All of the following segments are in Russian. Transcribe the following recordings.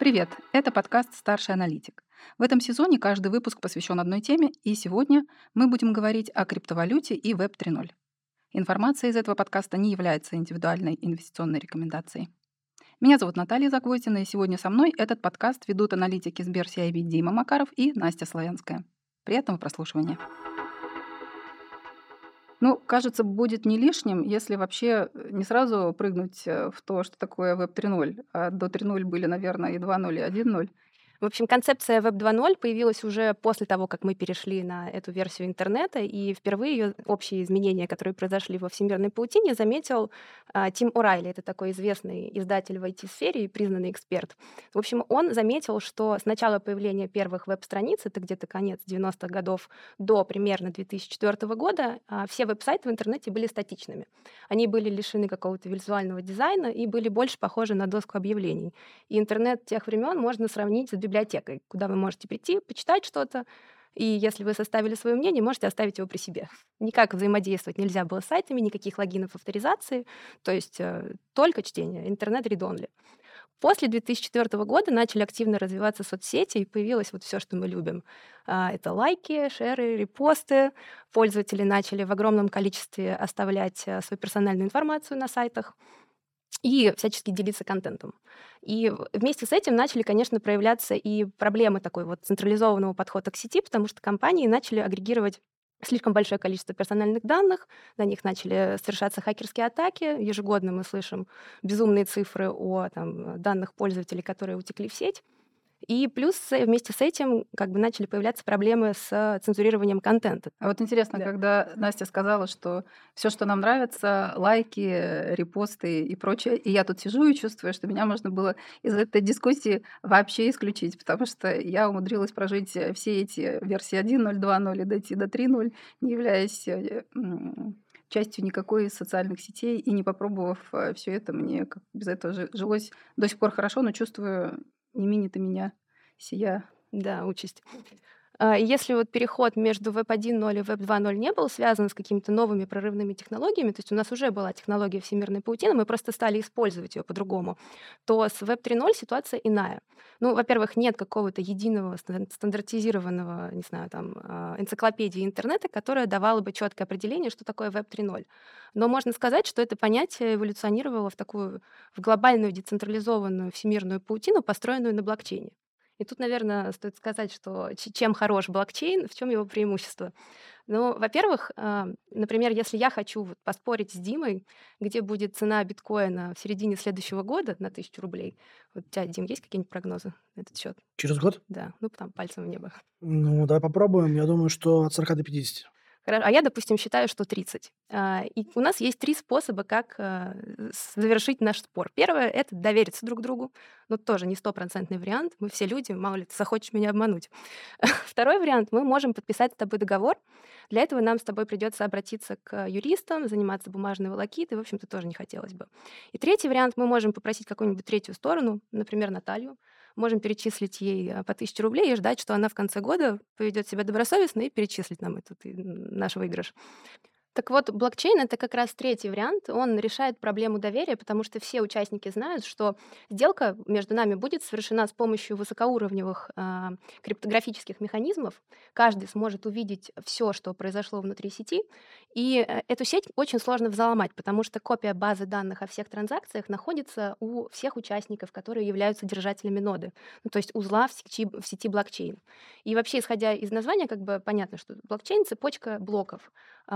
Привет! Это подкаст «Старший аналитик». В этом сезоне каждый выпуск посвящен одной теме, и сегодня мы будем говорить о криптовалюте и Web 3.0. Информация из этого подкаста не является индивидуальной инвестиционной рекомендацией. Меня зовут Наталья Загвоздина, и сегодня со мной этот подкаст ведут аналитики Сбер CIB Дима Макаров и Настя Славянская. Приятного прослушивания. Кажется, будет не лишним, если вообще не сразу прыгнуть в то, что такое Web 3.0, а до 3.0 были, наверное, и 2.0, и 1.0. В общем, концепция Web 2.0 появилась уже после того, как мы перешли на эту версию интернета, и впервые ее общие изменения, которые произошли во всемирной паутине, заметил Тим О'Райли. Это такой известный издатель в IT-сфере и признанный эксперт. В общем, он заметил, что с начала появления первых веб-страниц, это где-то конец 90-х годов до примерно 2004 года, все веб-сайты в интернете были статичными. Они были лишены какого-то визуального дизайна и были больше похожи на доску объявлений. И интернет тех времен можно сравнить с библиотекой, куда вы можете прийти, почитать что-то, и если вы составили свое мнение, можете оставить его при себе. Никак взаимодействовать нельзя было с сайтами, никаких логинов, авторизации, то есть только чтение, интернет read-only. После 2004 года начали активно развиваться соцсети, и появилось вот все, что мы любим. Это лайки, шеры, репосты. Пользователи начали в огромном количестве оставлять свою персональную информацию на сайтах и всячески делиться контентом. И вместе с этим начали, конечно, проявляться и проблемы такой вот централизованного подхода к сети, потому что компании начали агрегировать слишком большое количество персональных данных, на них начали совершаться хакерские атаки. Ежегодно мы слышим безумные цифры о данных пользователей, которые утекли в сеть. И плюс вместе с этим начали появляться проблемы с цензурированием контента. А вот интересно, Да. когда Настя сказала, что все, что нам нравится, лайки, репосты и прочее, и я тут сижу и чувствую, что меня можно было из этой дискуссии вообще исключить, потому что я умудрилась прожить все эти версии 1.0, 2.0 и дойти до 3.0, не являясь частью никакой из социальных сетей и не попробовав все это, мне как без этого жилось до сих пор хорошо, но чувствую, не минит и меня сия. Да, участь. И если вот переход между Web 1.0 и Web 2.0 не был связан с какими-то новыми прорывными технологиями, то есть у нас уже была технология всемирной паутины, мы просто стали использовать ее по-другому, то с Web 3.0 ситуация иная. Во-первых, нет какого-то единого стандартизированного, не знаю, энциклопедии интернета, которая давала бы четкое определение, что такое Web 3.0. Но можно сказать, что это понятие эволюционировало в глобальную децентрализованную всемирную паутину, построенную на блокчейне. И тут, наверное, стоит сказать, что чем хорош блокчейн, в чем его преимущество. Во-первых, например, если я хочу поспорить с Димой, где будет цена биткоина в середине следующего года на 1000 рублей. Вот у тебя, Дим, есть какие-нибудь прогнозы на этот счет? Через год? Да, там пальцем в небо. Давай попробуем. Я думаю, что от 40 до 50. А я, допустим, считаю, что 30. И у нас есть 3 способа, как завершить наш спор. Первое — это довериться друг другу. Тоже не стопроцентный вариант. Мы все люди, мало ли ты захочешь меня обмануть. Второй вариант — мы можем подписать с тобой договор. Для этого нам с тобой придется обратиться к юристам, заниматься бумажной волокитой. В общем-то, тоже не хотелось бы. И третий вариант — мы можем попросить какую-нибудь третью сторону, например, Наталью, можем перечислить ей по 1000 рублей и ждать, что она в конце года поведет себя добросовестно и перечислит нам наш выигрыш. Так вот, блокчейн — это как раз третий вариант. Он решает проблему доверия, потому что все участники знают, что сделка между нами будет совершена с помощью высокоуровневых криптографических механизмов. Каждый сможет увидеть все, что произошло внутри сети. И эту сеть очень сложно взломать, потому что копия базы данных о всех транзакциях находится у всех участников, которые являются держателями ноды, то есть узла в сети блокчейн. И вообще, исходя из названия, понятно, что блокчейн — цепочка блоков.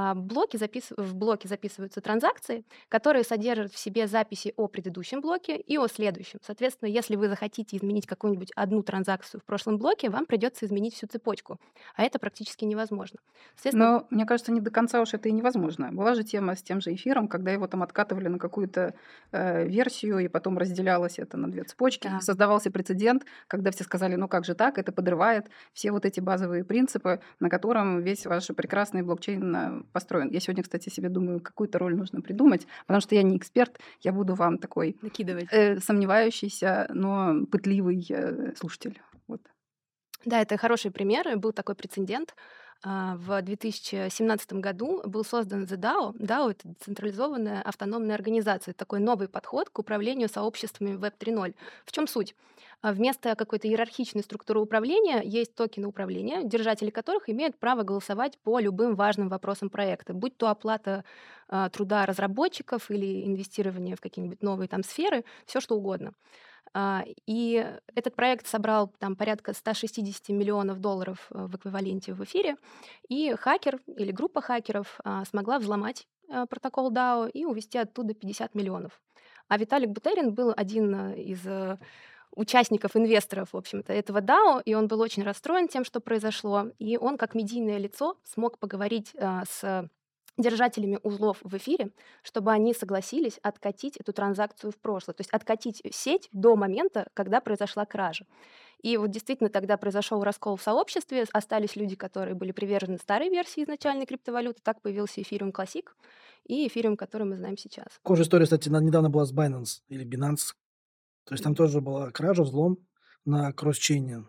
В блоке записываются транзакции, которые содержат в себе записи о предыдущем блоке и о следующем. Соответственно, если вы захотите изменить какую-нибудь одну транзакцию в прошлом блоке, вам придется изменить всю цепочку, а это практически невозможно. Соответственно, Но мне кажется, не до конца уж это и невозможно. Была же тема с тем же эфиром, когда его там откатывали на какую-то версию, и потом разделялось это на две цепочки. Да. И создавался прецедент, когда все сказали, ну как же так, это подрывает все вот эти базовые принципы, на котором весь ваш прекрасный блокчейн построен. Я сегодня, кстати, себе думаю, какую-то роль нужно придумать, потому что я не эксперт, я буду вам такой накидывать. сомневающийся, но пытливый слушатель. Вот. Да, это хороший пример. Был такой прецедент. В 2017 году был создан The DAO. DAO — это децентрализованная автономная организация, такой новый подход к управлению сообществами Web 3.0. В чем суть? Вместо какой-то иерархичной структуры управления есть токены управления, держатели которых имеют право голосовать по любым важным вопросам проекта, будь то оплата труда разработчиков или инвестирование в какие-нибудь новые там сферы, все что угодно. И этот проект собрал там порядка 160 миллионов долларов в эквиваленте в эфире, и хакер или группа хакеров смогла взломать протокол DAO и увести оттуда 50 миллионов. А Виталик Бутерин был один из участников, инвесторов, в общем-то, этого DAO, и он был очень расстроен тем, что произошло. И он, как медийное лицо, смог поговорить с держателями узлов в эфире, чтобы они согласились откатить эту транзакцию в прошлое, то есть откатить сеть до момента, когда произошла кража. И вот действительно тогда произошел раскол в сообществе, остались люди, которые были привержены старой версии изначальной криптовалюты, так появился эфириум Classic и эфириум, который мы знаем сейчас. Похожая история, кстати, недавно была с Binance или Binance. То есть там тоже была кража, взлом на кросс-чейне.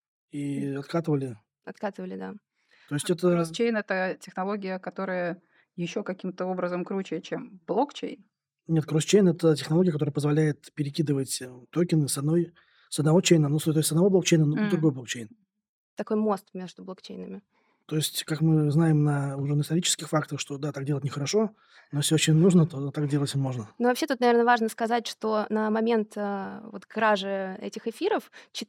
И откатывали. Откатывали, да. То есть это... Кросс-чейн — это технология, которая еще каким-то образом круче, чем блокчейн. Нет, кросс-чейн — это технология, которая позволяет перекидывать токены с одного чейна, ну, то есть с одного блокчейна на другой блокчейн. Такой мост между блокчейнами. То есть, как мы знаем уже на исторических фактах, что да, так делать нехорошо, но если очень нужно, то так делать и можно. Ну, вообще тут, наверное, важно сказать, что на момент вот кражи этих эфиров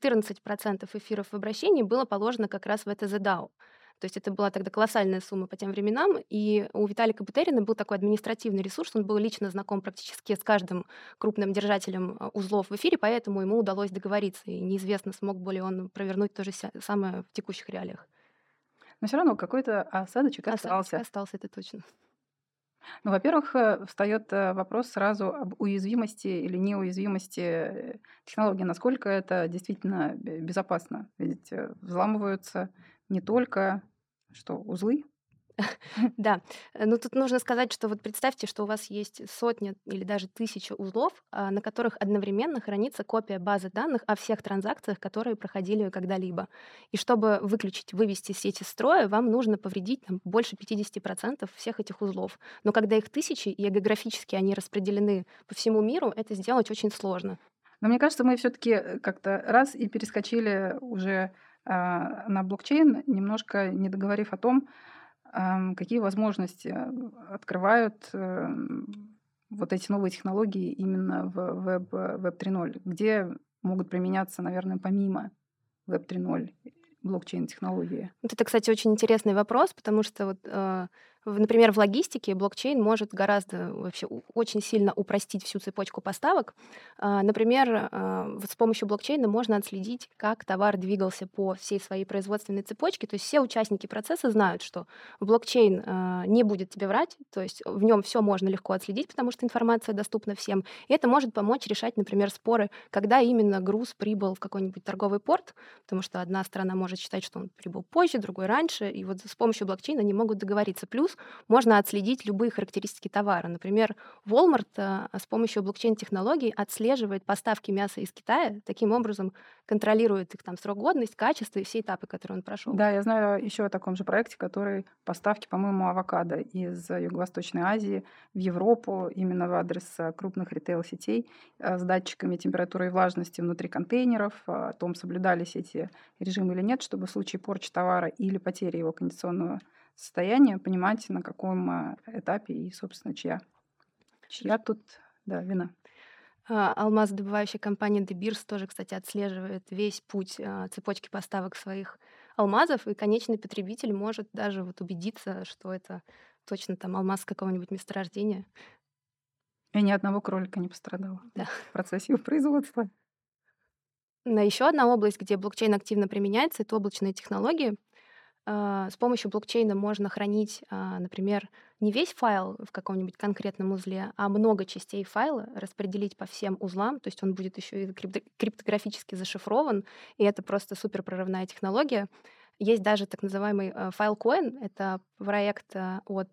14% эфиров в обращении было положено как раз в это The DAO. То есть это была тогда колоссальная сумма по тем временам, и у Виталика Бутерина был такой административный ресурс, он был лично знаком практически с каждым крупным держателем узлов в эфире, поэтому ему удалось договориться, и неизвестно, смог бы ли он провернуть то же самое в текущих реалиях. Но все равно какой-то осадочек Осадочек остался. остался, это точно. Ну, во-первых, встает вопрос сразу об уязвимости или неуязвимости технологии, насколько это действительно безопасно. Ведь взламываются не только что, узлы. Да, ну тут нужно сказать, что вот представьте, что у вас есть сотни или даже тысячи узлов, на которых одновременно хранится копия базы данных о всех транзакциях, которые проходили когда-либо. И чтобы выключить, вывести сеть из строя, вам нужно повредить там, больше 50% всех этих узлов. Но когда их тысячи, и географически они распределены по всему миру, это сделать очень сложно. Но мне кажется, мы все-таки как-то раз и перескочили уже на блокчейн, немножко не договорив о том, какие возможности открывают вот эти новые технологии именно в Web 3.0, где могут применяться, наверное, помимо Web 3.0 блокчейн-технологии. Вот это, кстати, очень интересный вопрос, потому что вот, например, в логистике блокчейн может гораздо вообще очень сильно упростить всю цепочку поставок. Например, вот с помощью блокчейна можно отследить, как товар двигался по всей своей производственной цепочке. То есть все участники процесса знают, что блокчейн не будет тебе врать, то есть в нем все можно легко отследить, потому что информация доступна всем. И это может помочь решать, например, споры, когда именно груз прибыл в какой-нибудь торговый порт, потому что одна сторона может считать, что он прибыл позже, другой раньше, и вот с помощью блокчейна они могут договориться. Плюс можно отследить любые характеристики товара. Например, Walmart с помощью блокчейн-технологий отслеживает поставки мяса из Китая, таким образом контролирует их там срок годности, качество и все этапы, которые он прошел. Да, я знаю еще о таком же проекте, который поставки, по-моему, авокадо из Юго-Восточной Азии в Европу, именно в адрес крупных ритейл-сетей с датчиками температуры и влажности внутри контейнеров, о том, соблюдались эти режимы или нет, чтобы в случае порчи товара или потери его кондиционного состояния понимать, на каком этапе и, собственно, чья тут, да, вина. Алмазодобывающая компания De Beers тоже, кстати, отслеживает весь путь цепочки поставок своих алмазов, и конечный потребитель может даже вот убедиться, что это точно там алмаз с какого-нибудь месторождения. И ни одного кролика не пострадало Да. в процессе его производства. Еще одна область, где блокчейн активно применяется, это облачные технологии. С помощью блокчейна можно хранить, например, не весь файл в каком-нибудь конкретном узле, а много частей файла распределить по всем узлам, то есть он будет еще и криптографически зашифрован, и это просто супер прорывная технология. Есть даже так называемый Filecoin, это проект от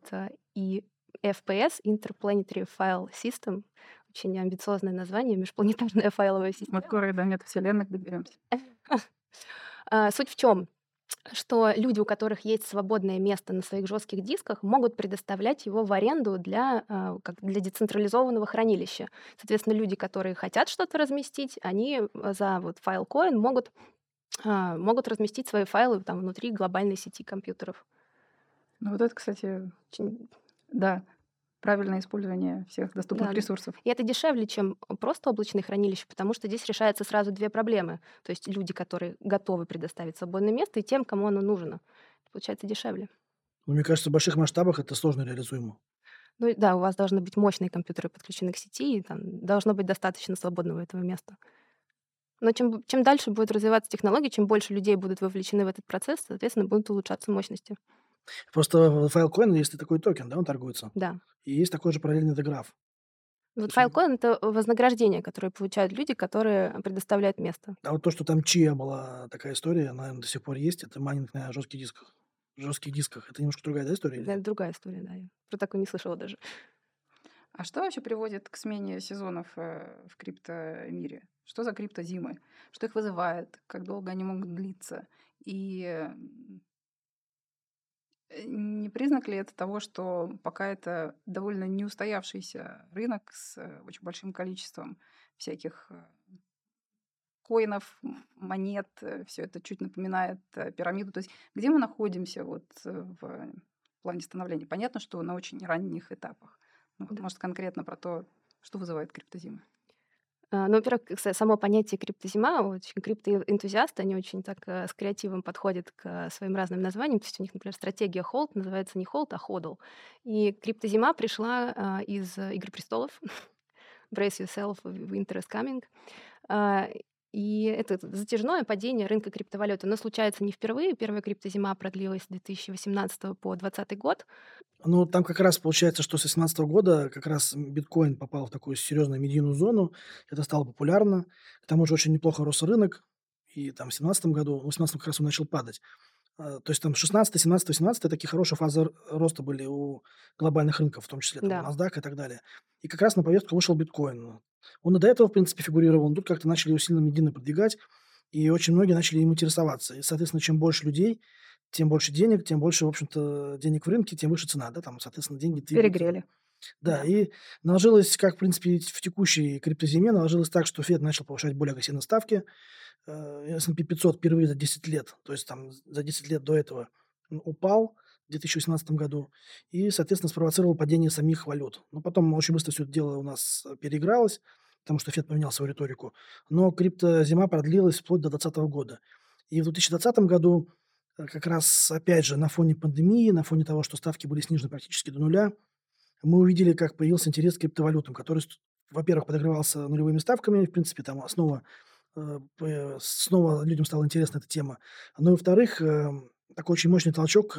EFPS, Interplanetary File System, очень амбициозное название, межпланетарная файловая система. Мы скоро и до метавселенных доберемся. Суть в чем? что люди, у которых есть свободное место на своих жестких дисках, могут предоставлять его в аренду для, как для децентрализованного хранилища. Соответственно, люди, которые хотят что-то разместить, они за вот Filecoin могут разместить свои файлы там внутри глобальной сети компьютеров. Ну, вот это, кстати, Очень да, правильное использование всех доступных Да, ресурсов. и это дешевле, чем просто облачные хранилища, потому что здесь решается сразу 2 проблемы. То есть люди, которые готовы предоставить свободное место, и тем, кому оно нужно. Получается дешевле. Но мне кажется, в больших масштабах это сложно реализуемо. Ну и да, у вас должны быть мощные компьютеры, подключены к сети, и там должно быть достаточно свободного этого места. Но чем дальше будет развиваться технология, чем больше людей будут вовлечены в этот процесс, соответственно, будут улучшаться мощности. Просто в Filecoin есть такой токен, да, он торгуется. Да. И есть такой же параллельный деграф. То Вот есть он Filecoin — это вознаграждение, которое получают люди, которые предоставляют место. А вот то, что там чья была такая история, она, наверно, до сих пор есть, это майнинг на жестких дисках. Жестких дисках. Это немножко другая, да, история или Это нет? другая история, да. Я про такое не слышала даже. А что вообще приводит к смене сезонов в криптомире? Что за криптозимы? Что их вызывает? Как долго они могут длиться? И не признак ли это того, что пока это довольно неустоявшийся рынок с очень большим количеством всяких коинов, монет, все это чуть напоминает пирамиду. То есть где мы находимся вот в плане становления? Понятно, что на очень ранних этапах. Ну, вот, Да. может, конкретно про то, что вызывает криптозимы. Ну, во-первых, само понятие криптозима, очень криптоэнтузиасты, они очень так с креативом подходят к своим разным названиям. То есть у них, например, стратегия холд называется не холд, а ходл. И криптозима пришла из «Игры престолов». Brace yourself, winter is coming. А, и это затяжное падение рынка криптовалюты. Оно случается не впервые. Первая криптозима продлилась с 2018 по 2020 год. Ну, там как раз получается, что с 2018 года как раз биткоин попал в такую серьезную медийную зону. Это стало популярно. К тому же очень неплохо рос рынок. И там в 2017 году, ну, в 2018 как раз он начал падать. То есть там 16, 17, 18 такие хорошие фазы роста были у глобальных рынков, в том числе там Да, NASDAQ и так далее. И как раз на повестку вышел биткоин. Он и до этого, в принципе, фигурировал, но тут как-то начали его сильно медийно продвигать, и очень многие начали им интересоваться. И, соответственно, чем больше людей, тем больше денег, тем больше, в общем-то, денег в рынке, тем выше цена, да, там, соответственно, деньги двигаются. Перегрели. Да, да. и наложилось, как, в принципе, в текущей криптозиме, наложилось так, что Фед начал повышать более агрессивно ставки. S&P 500 впервые за 10 лет, то есть там за 10 лет до этого упал в 2018 году и, соответственно, спровоцировал падение самих валют. Но потом очень быстро все это дело у нас переигралось, потому что Фед поменял свою риторику. Но криптозима продлилась вплоть до 2020 года. И в 2020 году как раз, опять же, на фоне пандемии, на фоне того, что ставки были снижены практически до нуля, мы увидели, как появился интерес к криптовалютам, который, во-первых, подогревался нулевыми ставками, в принципе, там основа снова людям стала интересна эта тема. Ну и во-вторых, такой очень мощный толчок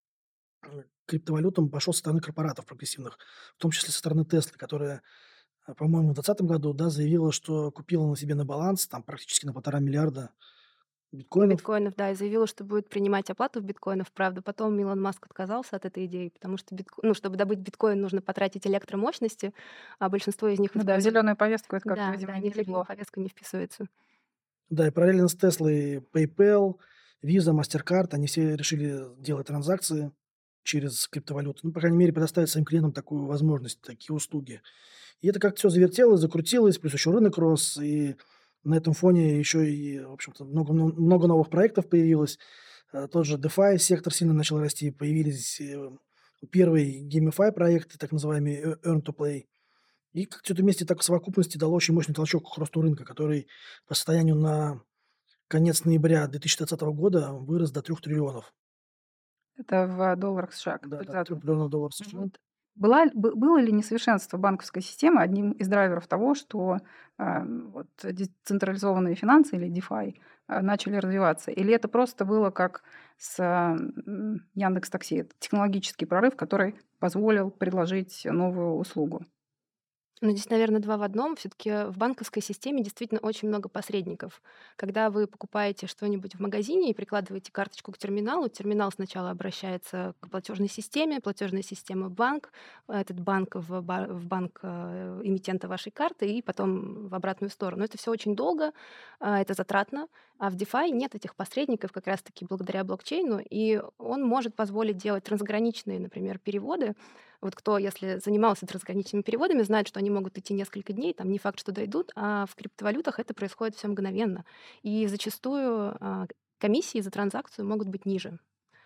к криптовалютам пошел со стороны корпоратов прогрессивных, в том числе со стороны Теслы, которая, по-моему, в 2020 году, да, заявила, что купила на себе на баланс там практически на 1,5 миллиарда биткоинов. Биткоинов, да, и заявила, что будет принимать оплату в биткоинах. Правда, потом Илон Маск отказался от этой идеи, потому что ну, чтобы добыть биткоин, нужно потратить электромощности, а большинство из них Ну да, в используют. зеленую повестку это как-то, Да, видимо, да, не ни в зеленую легло. повестку не вписывается. Да, и параллельно с Теслой PayPal, Visa, MasterCard, они все решили делать транзакции через криптовалюту. Ну, по крайней мере, предоставить своим клиентам такую возможность, такие услуги. И это как-то все завертелось, закрутилось, плюс еще рынок рос, и на этом фоне еще и, в общем-то, много новых проектов появилось. Тот же DeFi сектор сильно начал расти, появились первые GameFi проекты, так называемые Earn to Play. И как все это вместе так в совокупности дало очень мощный толчок к росту рынка, который по состоянию на конец ноября 2020 года вырос до 3 триллионов. Это в долларах США Да, до 3 капитализация. триллионов долларов США. Вот. Было ли несовершенство банковской системы одним из драйверов того, что вот децентрализованные финансы или DeFi начали развиваться? Или это просто было как с Яндекс Такси? Это технологический прорыв, который позволил предложить новую услугу. Ну, здесь, наверное, 2 в одном. Все таки в банковской системе действительно очень много посредников. Когда вы покупаете что-нибудь в магазине и прикладываете карточку к терминалу, терминал сначала обращается к платежная система в банк, этот банк в банк, эмитента вашей карты и потом в обратную сторону. Это все очень долго, это затратно, а в DeFi нет этих посредников как раз таки благодаря блокчейну, и он может позволить делать трансграничные, например, переводы. Вот кто, если занимался трансграничными переводами, знает, что они могут идти несколько дней, там не факт, что дойдут, а в криптовалютах это происходит все мгновенно. И зачастую комиссии за транзакцию могут быть ниже.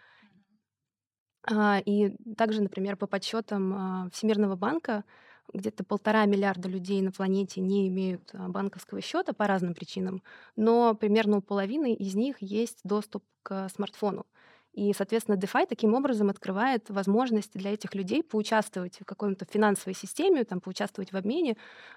И также, например, по подсчетам Всемирного банка, где-то 1,5 миллиарда людей на планете не имеют банковского счета по разным причинам, но примерно у половины из них есть доступ к смартфону. И, соответственно, DeFi таким образом открывает возможность для этих людей поучаствовать в какой-то финансовой системе, там, поучаствовать в обмене,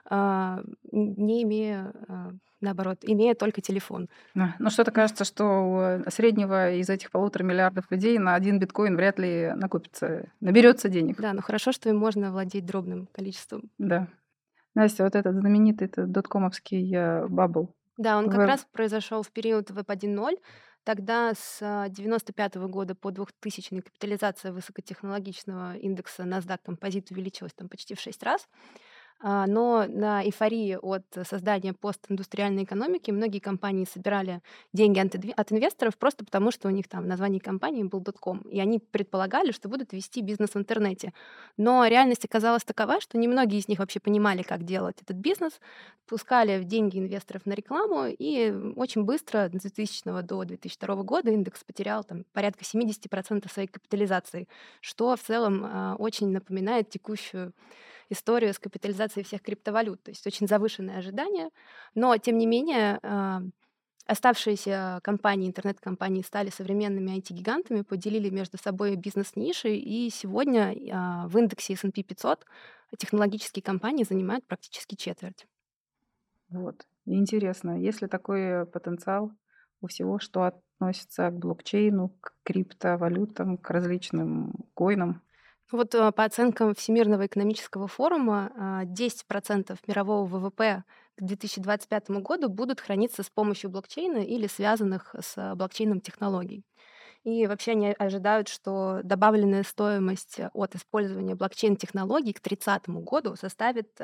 не имея, наоборот, имея только телефон. Ну, что-то кажется, что у среднего из этих 1,5 миллиардов людей на один биткоин вряд ли наберется денег. Да, но хорошо, что им можно владеть дробным количеством. Да. Настя, вот этот знаменитый доткомовский бабл. Да, он как Вы раз произошел в период Web 1.0. Тогда с 95 года по 2000 капитализация высокотехнологичного индекса NASDAQ Composite увеличилась там почти в 6 раз. Но на эйфории от создания постиндустриальной экономики многие компании собирали деньги от инвесторов просто потому, что у них там в названии компании был .com, и они предполагали, что будут вести бизнес в интернете. Но реальность оказалась такова, что немногие из них вообще понимали, как делать этот бизнес, пускали деньги инвесторов на рекламу, и очень быстро, с 2000 до 2002 года, индекс потерял там порядка 70% своей капитализации, что в целом очень напоминает текущую историю с капитализацией всех криптовалют. То есть очень завышенные ожидания. Но, тем не менее, оставшиеся компании, интернет-компании стали современными IT-гигантами, поделили между собой бизнес-ниши, и сегодня в индексе S&P 500 технологические компании занимают практически четверть. Вот. И интересно, есть ли такой потенциал у всего, что относится к блокчейну, к криптовалютам, к различным коинам? Вот по оценкам Всемирного экономического форума 10% мирового ВВП к 2025 году будут храниться с помощью блокчейна или связанных с блокчейном технологий. И вообще они ожидают, что добавленная стоимость от использования блокчейн-технологий к 30 году составит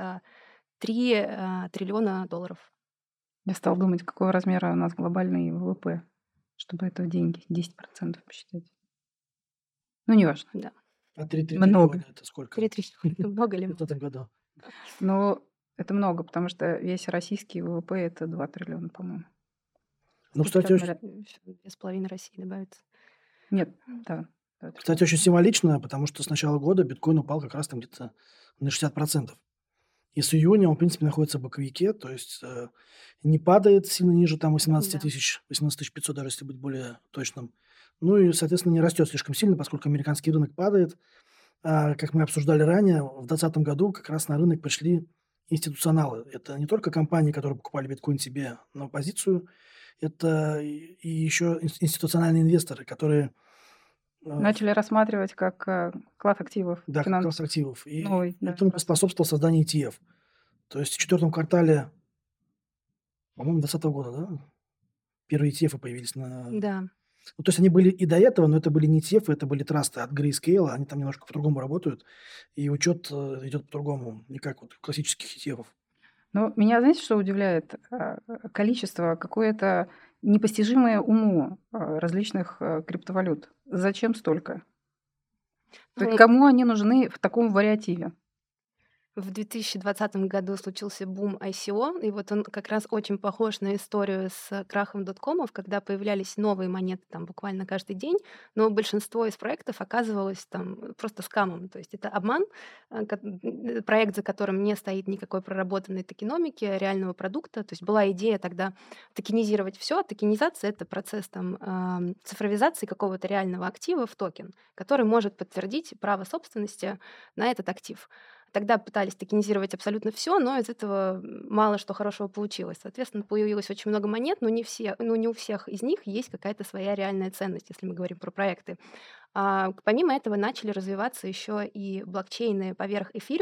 3 триллиона долларов. Я стал думать, какого размера у нас глобальный ВВП, чтобы это в деньги 10% посчитать. Ну, неважно. Да, А 3 Много. триллиона это сколько? 3 триллиона. Это много ли? В этом году. Но это много, потому что весь российский ВВП это 2 триллиона, по-моему. Ну, Сколько кстати, сейчас очень, 2,5 России добавится. Нет, да. 2 кстати, очень символично, потому что с начала года биткоин упал как раз там где-то на 60%. И с июня он, в принципе, находится в боковике, то есть не падает сильно ниже там 18 Да. тысяч, 18 500, даже если быть более точным. Ну и, соответственно, не растет слишком сильно, поскольку американский рынок падает. Как мы обсуждали ранее, в 2020 году как раз на рынок пришли институционалы. Это не только компании, которые покупали биткоин себе на позицию, это и еще институциональные инвесторы, которые Начали рассматривать как класс активов да, как финансовых. класс активов. И Новый, да, этому класс. поспособствовало создание ETF. То есть в четвертом квартале, по-моему, 2020 года, да, первые ETF появились на... Да. Ну, то есть они были и до этого, но это были не ETF, это были трасты от Grayscale, они там немножко по-другому работают, и учет идет по-другому, не как вот классических ETF. Но меня, знаете, что удивляет? Количество какое-то непостижимое уму различных криптовалют. Зачем столько? То есть Ну, кому они нужны в таком вариативе? В 2020 году случился бум ICO, и вот он как раз очень похож на историю с крахом доткомов, когда появлялись новые монеты там буквально каждый день, но большинство из проектов оказывалось там просто скамом. То есть это обман, проект, за которым не стоит никакой проработанной токеномики, реального продукта. То есть была идея тогда токенизировать все. Токенизация — это процесс там цифровизации какого-то реального актива в токен, который может подтвердить право собственности на этот актив. Тогда пытались токенизировать абсолютно все, но из этого мало что хорошего получилось. Соответственно, появилось очень много монет, но не у всех из них есть какая-то своя реальная ценность, если мы говорим про проекты. Помимо этого начали развиваться еще и блокчейны поверх эфириума.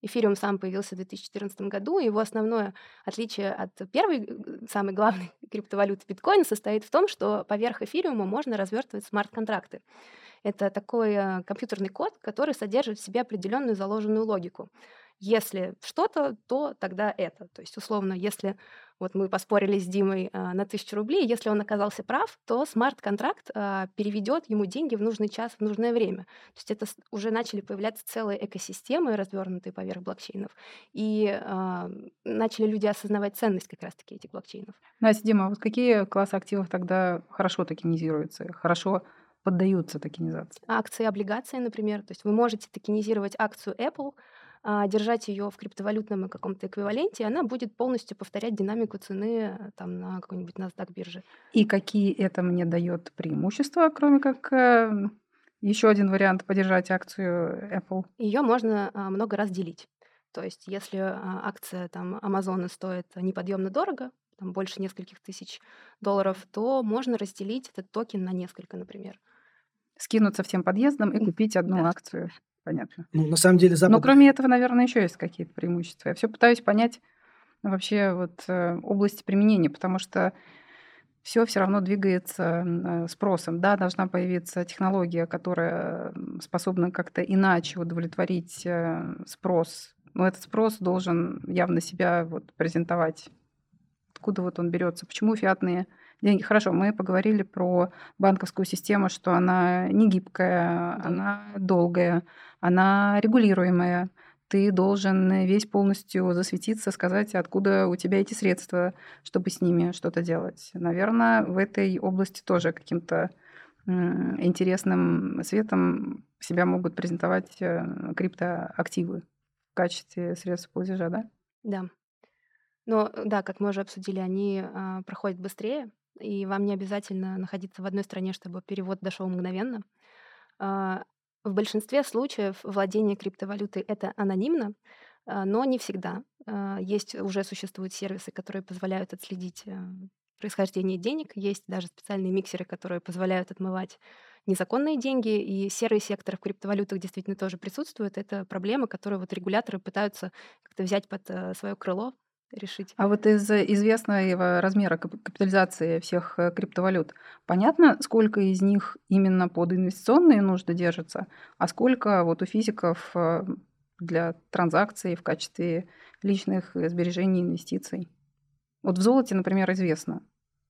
Эфириум сам появился в 2014 году. Его основное отличие от первой, самой главной криптовалюты биткоина состоит в том, что поверх эфириума можно развертывать смарт-контракты. Это такой компьютерный код, который содержит в себе определенную заложенную логику. Если что-то, то тогда это. То есть, условно, если вот мы поспорили с Димой на 1000 рублей, если он оказался прав, то смарт-контракт переведет ему деньги в нужный час, в нужное время. То есть это уже начали появляться целые экосистемы, развернутые поверх блокчейнов, и начали люди осознавать ценность как раз-таки этих блокчейнов. Настя, Дима, а вот какие классы активов тогда хорошо токенизируются, хорошо поддаются токенизации? Акции, облигации, например. То есть вы можете токенизировать акцию Apple, держать ее в криптовалютном каком-то эквиваленте, и она будет полностью повторять динамику цены там на какой-нибудь NASDAQ бирже. И какие это мне дает преимущества, кроме как еще один вариант поддержать акцию Apple? Ее можно много раз делить. То есть если акция там Амазона стоит неподъемно дорого, там больше нескольких тысяч долларов, то можно разделить этот токен на несколько, например. Скинуться всем подъездом и купить одну Да. акцию. Понятно. Ну, на самом деле Но Запад... кроме этого, наверное, еще есть какие-то преимущества. Я все пытаюсь понять вообще вот области применения, потому что все равно двигается спросом. Да, должна появиться технология, которая способна как-то иначе удовлетворить спрос. Но этот спрос должен явно себя вот презентовать. Откуда вот он берется? Почему фиатные деньги? Хорошо, мы поговорили про банковскую систему, что она не гибкая, Да. она долгая, она регулируемая. Ты должен весь полностью засветиться, сказать, откуда у тебя эти средства, чтобы с ними что-то делать. Наверное, в этой области тоже каким-то интересным светом себя могут презентовать криптоактивы в качестве средств платежа, да? Да. Но да, как мы уже обсудили, они проходят быстрее, и вам не обязательно находиться в одной стране, чтобы перевод дошел мгновенно. А, В большинстве случаев владение криптовалютой это анонимно, но не всегда. Уже существуют сервисы, которые позволяют отследить происхождение денег. Есть даже специальные миксеры, которые позволяют отмывать незаконные деньги, и серый сектор в криптовалютах действительно тоже присутствует. Это проблема, которую вот регуляторы пытаются как-то взять под свое крыло, решить. А вот из известного размера капитализации всех криптовалют понятно, сколько из них именно под инвестиционные нужды держится, а сколько вот у физиков для транзакций в качестве личных сбережений, инвестиций? Вот в золоте, например, известно,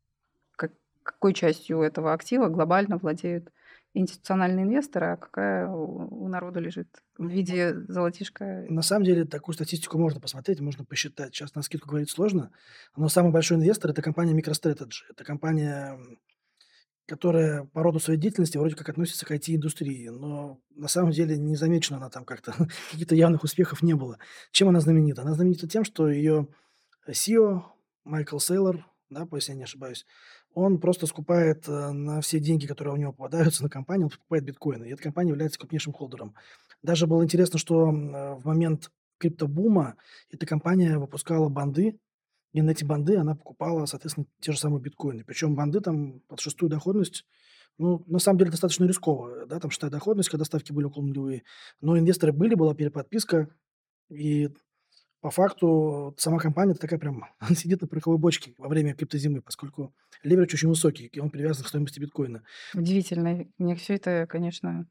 какой частью этого актива глобально владеют институциональные инвесторы, а какая у народа лежит в виде золотишка. На самом деле такую статистику можно посмотреть, можно посчитать. Сейчас на скидку говорить сложно, но самый большой инвестор – это компания MicroStrategy. Это компания, которая по роду своей деятельности вроде как относится к IT-индустрии, но на самом деле не замечена она там как-то, каких-то явных успехов не было. Чем она знаменита? Она знаменита тем, что ее CEO Майкл Сейлор, да, если я не ошибаюсь, он просто скупает на все деньги, которые у него попадаются на компанию, он покупает биткоины. И эта компания является крупнейшим холдером. Даже было интересно, что в момент криптобума эта компания выпускала банды, и на эти банды она покупала, соответственно, те же самые биткоины. Причем банды там под шестую доходность, ну, на самом деле, достаточно рисково, да, там шестая доходность, когда ставки были около нулевые. Но инвесторы были, была переподписка, и по факту сама компания такая прям сидит на пороховой бочке во время криптозимы, поскольку леверидж очень высокий, и он привязан к стоимости биткоина. Удивительно. Мне все это, конечно,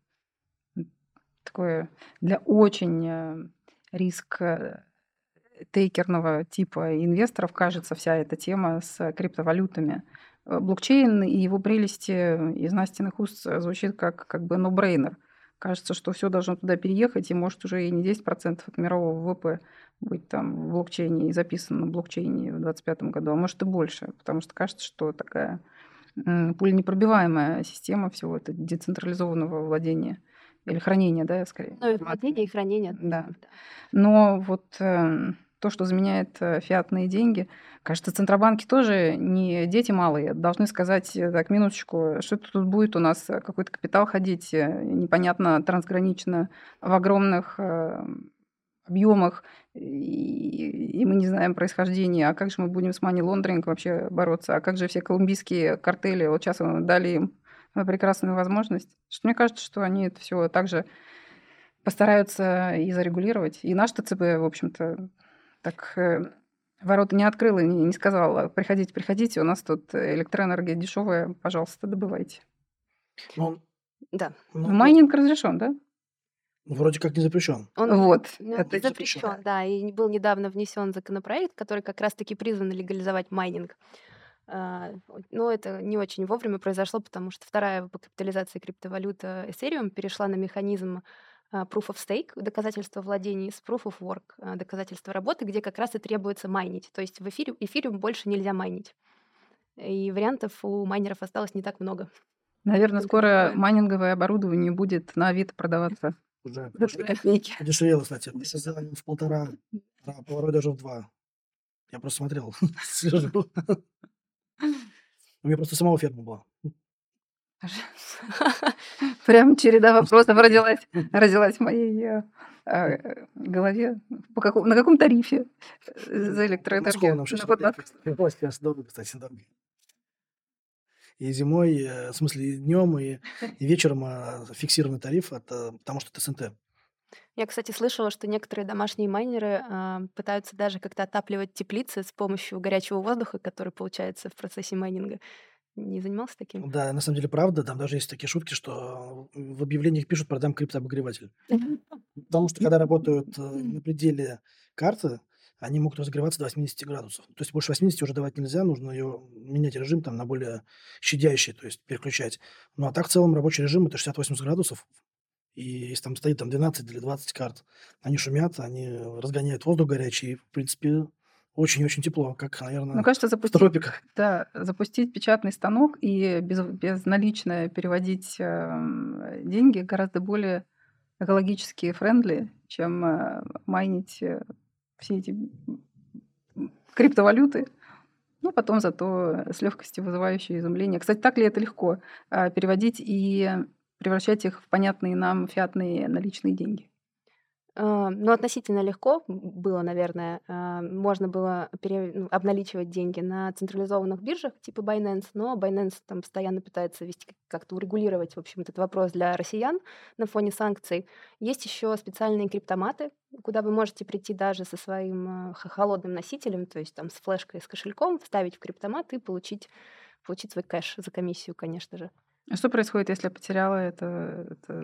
такое для очень риск тейкерного типа инвесторов кажется вся эта тема с криптовалютами. Блокчейн и его прелести из Настиных уст звучит как бы no-brainer. Кажется, что все должно туда переехать, и может уже и не 10% от мирового ВВП быть там в блокчейне и записано на блокчейне в 2025 году, а может и больше, потому что кажется, что такая пуленепробиваемая система всего этого децентрализованного владения или хранения, да, скорее. Ну и владение, и хранение. Да. Но вот то, что заменяет фиатные деньги, кажется, центробанки тоже не дети малые. Должны сказать, так, минуточку, что тут будет у нас какой-то капитал ходить, непонятно, трансгранично, в огромных объемах, и мы не знаем происхождения, а как же мы будем с money laundering вообще бороться, а как же все колумбийские картели, вот сейчас дали им прекрасную возможность. Что мне кажется, что они это все также постараются и зарегулировать. И наш ТЦБ, в общем-то, так ворота не открыл и не сказал: приходите, приходите, у нас тут электроэнергия дешевая, пожалуйста, добывайте. Ну, Да. Майнинг разрешен, да? вроде как не запрещен. Он Вот. не запрещен. запрещен, да, и был недавно внесен законопроект, который как раз-таки призван легализовать майнинг. Но это не очень вовремя произошло, потому что вторая по капитализации криптовалюта Ethereum перешла на механизм Proof of Stake, доказательство владений, с Proof of Work, доказательство работы, где как раз и требуется майнить. То есть в эфириум больше нельзя майнить. И вариантов у майнеров осталось не так много. Наверное, Только скоро такое. майнинговое оборудование будет на Авито продаваться Уже за 3 копейки. подешевело, кстати. Создали в 1,5, а порой даже в 2. Я просто смотрел, слежу. У меня просто самого ферма была. Прям череда вопросов родилась в моей голове. На каком тарифе за электроэнергию? Подмосковном 6 На копеек. подмосковном. Ой, сейчас дорого, кстати, дорого. И зимой, в смысле, и днем, и вечером фиксированный тариф, это потому что это СНТ. Я, кстати, слышала, что некоторые домашние майнеры пытаются даже как-то отапливать теплицы с помощью горячего воздуха, который получается в процессе майнинга. Не занимался таким? Да, на самом деле, правда, там даже есть такие шутки, что в объявлениях пишут «продам криптообогреватель». Потому что когда работают на пределе карты, они могут разогреваться до 80 градусов. То есть больше 80 уже давать нельзя, нужно ее менять режим там на более щадящий, то есть переключать. Ну а так в целом рабочий режим это 60-80 градусов. И если там стоит там 12 или 20 карт, они шумят, они разгоняют воздух горячий, и, в принципе, очень-очень тепло, как, Мне наверное, кажется, в тропиках. запустить печатный станок и безналично переводить деньги гораздо более экологически френдли, чем майнить все эти криптовалюты. Ну, потом зато с легкостью вызывающие изумление. Кстати, так ли это легко переводить и превращать их в понятные нам фиатные наличные деньги? Ну, относительно легко было, наверное. Можно было обналичивать деньги на централизованных биржах типа Binance, но Binance там постоянно пытается вести, как-то урегулировать, в общем, этот вопрос для россиян на фоне санкций. Есть еще специальные криптоматы, куда вы можете прийти даже со своим холодным носителем, то есть там с флешкой, с кошельком, вставить в криптомат и получить свой кэш за комиссию, конечно же. А что происходит, если я потеряла этот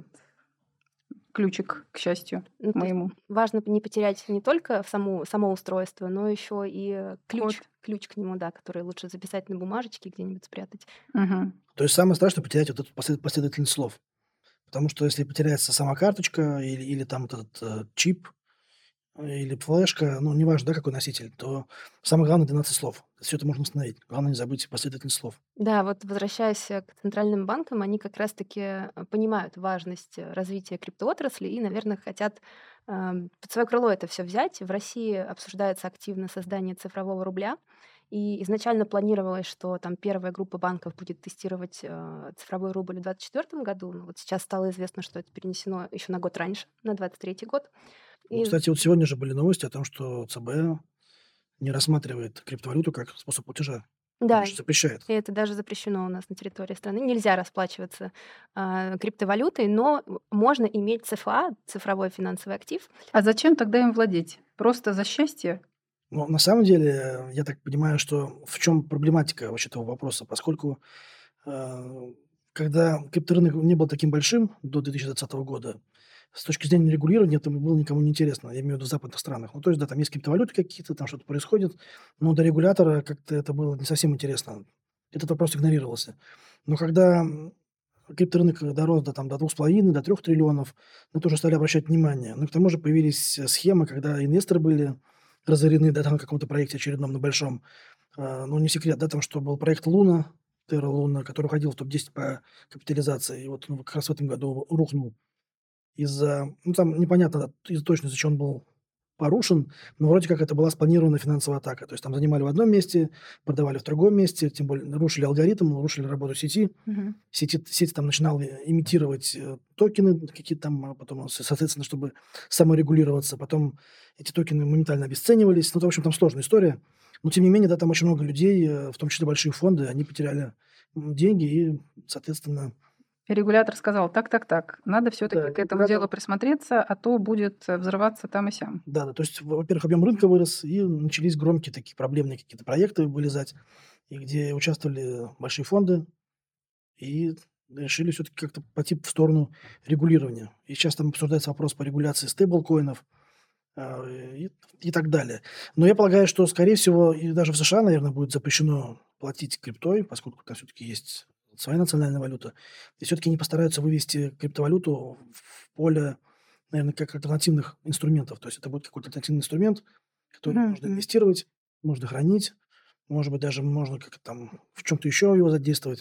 ключик, к счастью, Ну, то есть моему? важно не потерять не только само устройство, но еще и ключ Код. ключ к нему, да, который лучше записать на бумажечке, где-нибудь спрятать. Мгм. То есть самое страшное потерять вот эту последовательность слов. Потому что если потеряется сама карточка или там вот этот чип, или флешка, ну, неважно, да, какой носитель, то самое главное 12 слов. Все это можно восстановить. Главное не забыть последовательность слов. Да, вот возвращаясь к центральным банкам, они как раз-таки понимают важность развития криптоотрасли и, наверное, хотят под свое крыло это все взять. В России обсуждается активно создание цифрового рубля. И изначально планировалось, что там первая группа банков будет тестировать цифровой рубль в 2024 году. Но вот сейчас стало известно, что это перенесено еще на год раньше, на 2023 год. Ну, И кстати, вот сегодня же были новости о том, что ЦБ не рассматривает криптовалюту как способ платежа. да, Даже запрещает. и это даже запрещено у нас на территории страны. Нельзя расплачиваться криптовалютой, но можно иметь ЦФА, цифровой финансовый актив. А зачем тогда им владеть? Просто за счастье? Но на самом деле, я так понимаю, что в чем проблематика вообще этого вопроса, поскольку э, когда крипторынок не был таким большим до 2020 года, с точки зрения регулирования это было никому не интересно, я имею в виду в западных странах. Ну, то есть, да, там есть криптовалюты какие-то, там что-то происходит, но до регулятора как-то это было не совсем интересно. Этот вопрос игнорировался. Но когда крипторынок дорос до 2,5, до 3 триллионов, на это уже стали обращать внимание. Ну, к тому же появились схемы, когда инвесторы были разорены, да, там на каком-то проекте очередном, на большом. Ну, не секрет, да, там, что был проект Луна, Терра Луна, который входил в топ-10 по капитализации, и вот он как раз в этом году рухнул из-за, ну, там непонятно точно, из-за чего он был порушен, но вроде как это была спланированная финансовая атака. То есть там занимали в одном месте, продавали в другом месте, тем более рушили алгоритм, рушили работу сети. Мгм. Сеть там начинала имитировать токены какие-то там, а потом, соответственно, чтобы саморегулироваться. Потом эти токены моментально обесценивались. Ну, это, в общем, там сложная история. Но, тем не менее, да, там очень много людей, в том числе большие фонды, они потеряли деньги и, соответственно, И регулятор сказал: "Так, так, так, надо все Да, таки к этому регулятор делу присмотреться, а то будет, взрываться там и сям". да-да, то есть, во-первых, объем рынка вырос, и начались громкие такие проблемные какие-то проекты вылезать, и где участвовали большие фонды, и решили все таки как-то пойти в сторону регулирования. И сейчас там обсуждается вопрос по регуляции стейблкоинов, а, и так далее. Но я полагаю, что, скорее всего, и даже в США, наверное, будет запрещено платить криптой, поскольку там все таки есть своя национальная валюта. И все таки они постараются вывести криптовалюту в поле, наверное, как альтернативных инструментов. То есть это будет какой-то альтернативный инструмент, который Мгм, можно мгм. инвестировать, можно хранить, может быть, даже можно как-то там в чем то еще его задействовать.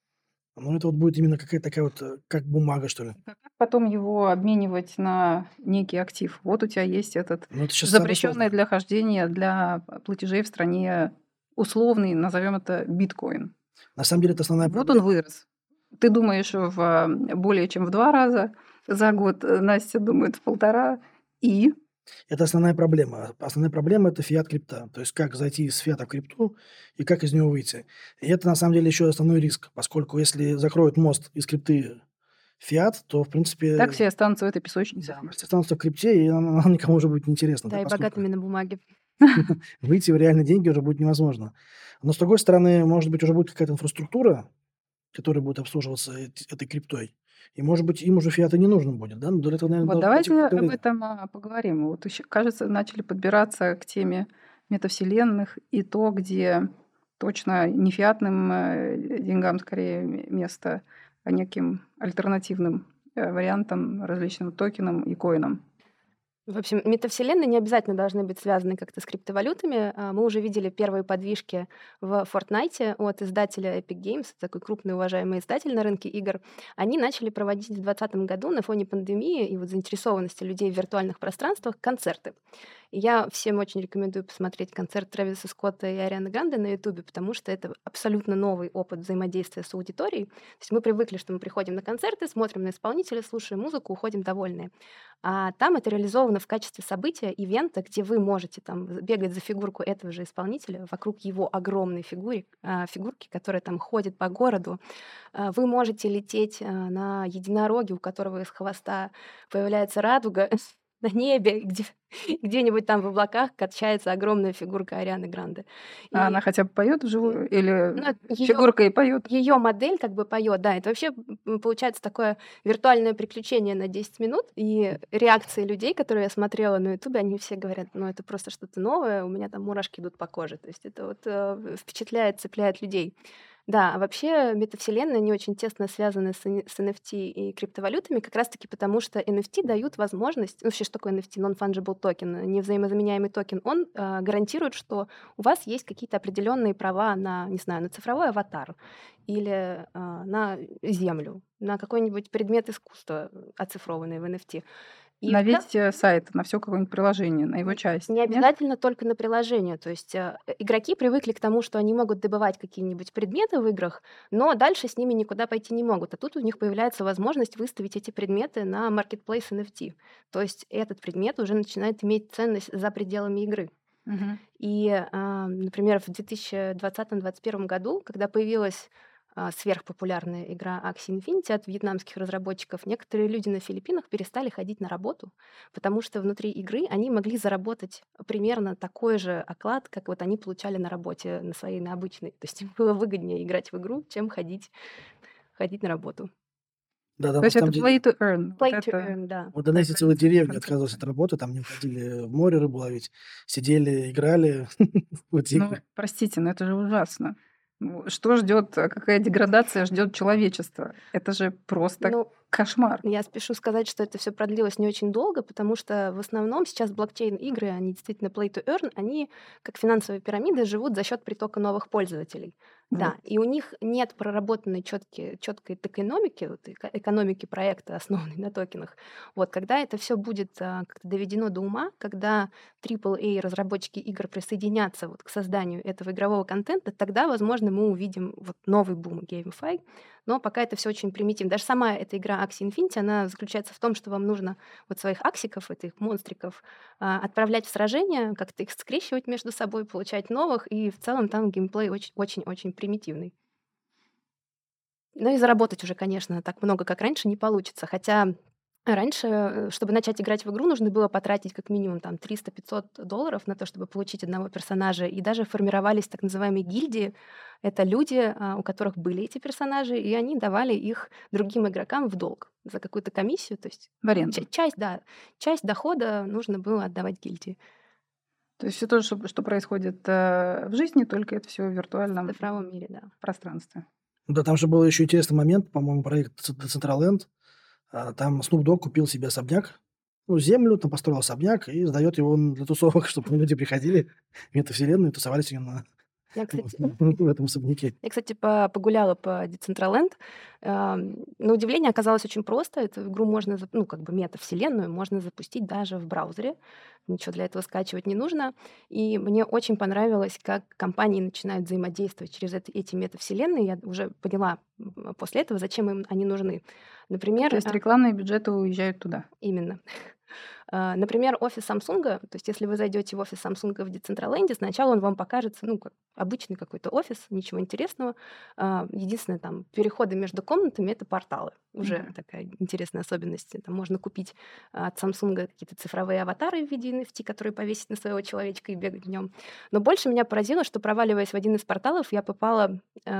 Но это вот будет именно какая-то такая вот, как бумага, что ли. А как потом его обменивать на некий актив? Вот у тебя есть этот Но это сейчас самое запрещенный сложное. для хождения, для платежей в стране условный, назовем это, биткоин. На самом деле это основная Вот он проблема. вырос. Ты думаешь более чем в 2 раза за год, Настя думает в полтора. И? Это основная проблема. Основная проблема — это фиат-крипта. То есть как зайти из фиата в крипту и как из него выйти. И это на самом деле еще основной риск, поскольку если закроют мост из крипты в фиат, то, в Так принципе, все останутся в этой песочнице. да, все останутся в крипте, и она никому уже будет неинтересна, да, Да, и поскольку богатыми на бумаге. выйти в реальные деньги уже будет невозможно. Но, с другой стороны, может быть, уже будет какая-то инфраструктура, которая будет обслуживаться этой криптой. И, может быть, им уже фиат и не нужен будет, да? Но для этого, наверное, Вот должно пройти давайте какое-то об время. этом, поговорим. Вот ещё, кажется, начали подбираться к теме метавселенных и то, где точно не фиатным, деньгам скорее место, а неким альтернативным, вариантам, различным токенам и коинам. В общем, метавселенные не обязательно должны быть связаны как-то с криптовалютами. Мы уже видели первые подвижки в "Фортнайте" от издателя Epic Games, такой крупный уважаемый издатель на рынке игр. Они начали проводить в 2020 году на фоне пандемии и вот заинтересованности людей в виртуальных пространствах концерты. И я всем очень рекомендую посмотреть концерт Трэвиса Скотта и Арианы Гранде на "Ютубе", потому что это абсолютно новый опыт взаимодействия с аудиторией. То есть мы привыкли, что мы приходим на концерты, смотрим на исполнителя, слушаем музыку, уходим довольные. А там это реализовано в качестве события, ивента, где вы можете там бегать за фигурку этого же исполнителя, вокруг его огромной фигурки, которая там ходит по городу. Вы можете лететь, на единороге, у которого из хвоста появляется радуга на небе, где-нибудь там в облаках качается огромная фигурка Арианы Гранде. А она И, хотя бы поёт вживую или ну, ее фигурка и поёт? ее модель как бы поет, да. Это вообще, получается такое виртуальное приключение на 10 минут. И реакции людей, которые я смотрела на "Ютубе", они все говорят: "Ну, это просто что-то новое, у меня там мурашки идут по коже". То есть это вот, впечатляет, цепляет людей. Да, а вообще метавселенные, они очень тесно связаны с NFT и криптовалютами, как раз таки потому, что NFT дают возможность, ну, вообще, что такое NFT? Non-fungible токен, невзаимозаменяемый токен. Он, гарантирует, что у вас есть какие-то определенные права на, не знаю, на цифровой аватар или, на землю, на какой-нибудь предмет искусства, оцифрованный в NFT. И в На цел весь, сайт, на всё какое-нибудь приложение, на его часть, не нет? обязательно только на приложение. То есть, игроки привыкли к тому, что они могут добывать какие-нибудь предметы в играх, но дальше с ними никуда пойти не могут. А тут у них появляется возможность выставить эти предметы на marketplace NFT. То есть этот предмет уже начинает иметь ценность за пределами игры. Мгм. И, например, в 2020-2021 году, когда появилась, сверхпопулярная игра Axie Infinity от вьетнамских разработчиков, некоторые люди на Филиппинах перестали ходить на работу, потому что внутри игры они могли заработать примерно такой же оклад, как вот они получали на работе на своей, на обычной. То есть им было выгоднее играть в игру, чем ходить на работу. Да-да, То на есть это самом play деле, to earn. Вот Play to это earn, да. в такая Индонезии целая традиционная деревня отказывалась концепция. от работы, там не уходили в море рыбу ловить, сидели, играли в эти Ну, игры. простите, но это же ужасно. Ну, что ждет, какая деградация ждет человечество? Это же просто Ну, кошмар. я спешу сказать, что это все продлилось не очень долго, потому что в основном сейчас блокчейн-игры, они действительно play to earn, они, как финансовые пирамиды, живут за счет притока новых пользователей. Вот. Да, и у них нет проработанной четкой токеномики, вот экономики проекта, основанной на токенах. Вот когда это все будет, как-то доведено до ума, когда AAA-разработчики игр присоединятся вот к созданию этого игрового контента, тогда, возможно, мы увидим вот новый бум GameFi. Но пока это все очень примитивно. Даже сама эта игра Axie Infinity, она заключается в том, что вам нужно вот своих аксиков, этих монстриков, отправлять в сражения, как-то их скрещивать между собой, получать новых, и в целом там геймплей очень очень очень примитивный. Ну и заработать уже, конечно, так много, как раньше, не получится. Хотя раньше, чтобы начать играть в игру, нужно было потратить как минимум там 300-500 долларов на то, чтобы получить одного персонажа. И даже формировались так называемые гильдии. Это люди, у которых были эти персонажи, и они давали их другим игрокам в долг за какую-то комиссию. То есть В аренду. часть, да, часть дохода нужно было отдавать гильдии То есть все то, что происходит в жизни, только это все в в виртуальном цифровом мире, да. пространстве. Да, там же был еще интересный момент, по-моему, проект Decentraland. Там Snoop Dogg купил себе особняк, ну, землю, там построил особняк и сдает его для тусовок, чтобы люди приходили в метавселенную и тусовались именно Я, кстати, в этом особняке. Я, кстати, погуляла по Decentraland. На удивление оказалось очень просто. Эту игру можно, ну, как бы метавселенную можно запустить даже в браузере. Ничего для этого скачивать не нужно. И мне очень понравилось, как компании начинают взаимодействовать через эти метавселенные. Я уже поняла после этого, зачем им они нужны. То Например, есть рекламные бюджеты уезжают туда. именно. Например, офис Самсунга. То есть если вы зайдете в офис Самсунга в Децентраленде, сначала он вам покажется, ну, как обычный какой-то офис, ничего интересного. Единственное, там, переходы между комнатами — это порталы. Уже Мгм. такая интересная особенность. Там можно купить от Самсунга какие-то цифровые аватары в виде NFT, которые повесить на своего человечка и бегать в нем. Но больше меня поразило, что, проваливаясь в один из порталов, я попала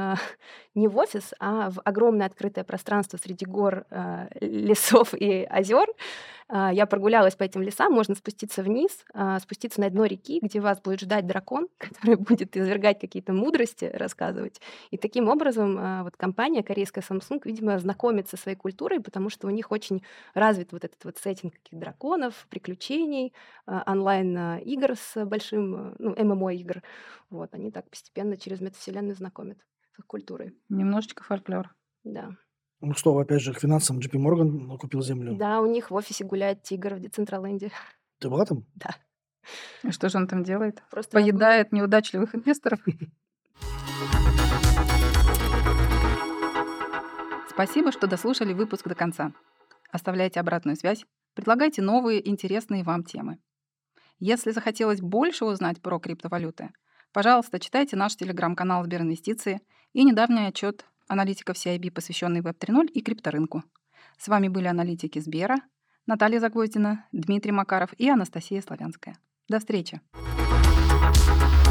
не в офис, а в огромное открытое пространство среди гор, лесов и озер. Я прогулялась по этим лесам, можно спуститься вниз, спуститься на дно реки, где вас будет ждать дракон, который будет извергать какие-то мудрости, рассказывать. И таким образом вот компания корейская Samsung, видимо, знакомится со своей культурой, потому что у них очень развит вот этот вот сеттинг каких драконов, приключений, онлайн-игр с большим, ну, ММО-игр. Вот, они так постепенно через метавселенную знакомят с их культурой. Немножечко фольклор. Да. Ну, к слову, опять же, к финансам JP Morgan купил землю. Да, у них в офисе гуляет тигр в Децентраленде. Ты была там? Да. И что же он там делает? Просто Поедает неудачливых инвесторов? Спасибо, что дослушали выпуск до конца. Оставляйте обратную связь, предлагайте новые интересные вам темы. Если захотелось больше узнать про криптовалюты, пожалуйста, читайте наш телеграм-канал Сберинвестиции и недавний отчет аналитиков CIB, посвященный Web 3.0 и крипторынку. С вами были аналитики Сбера, Наталья Загвоздина, Дмитрий Макаров и Анастасия Славянская. До встречи!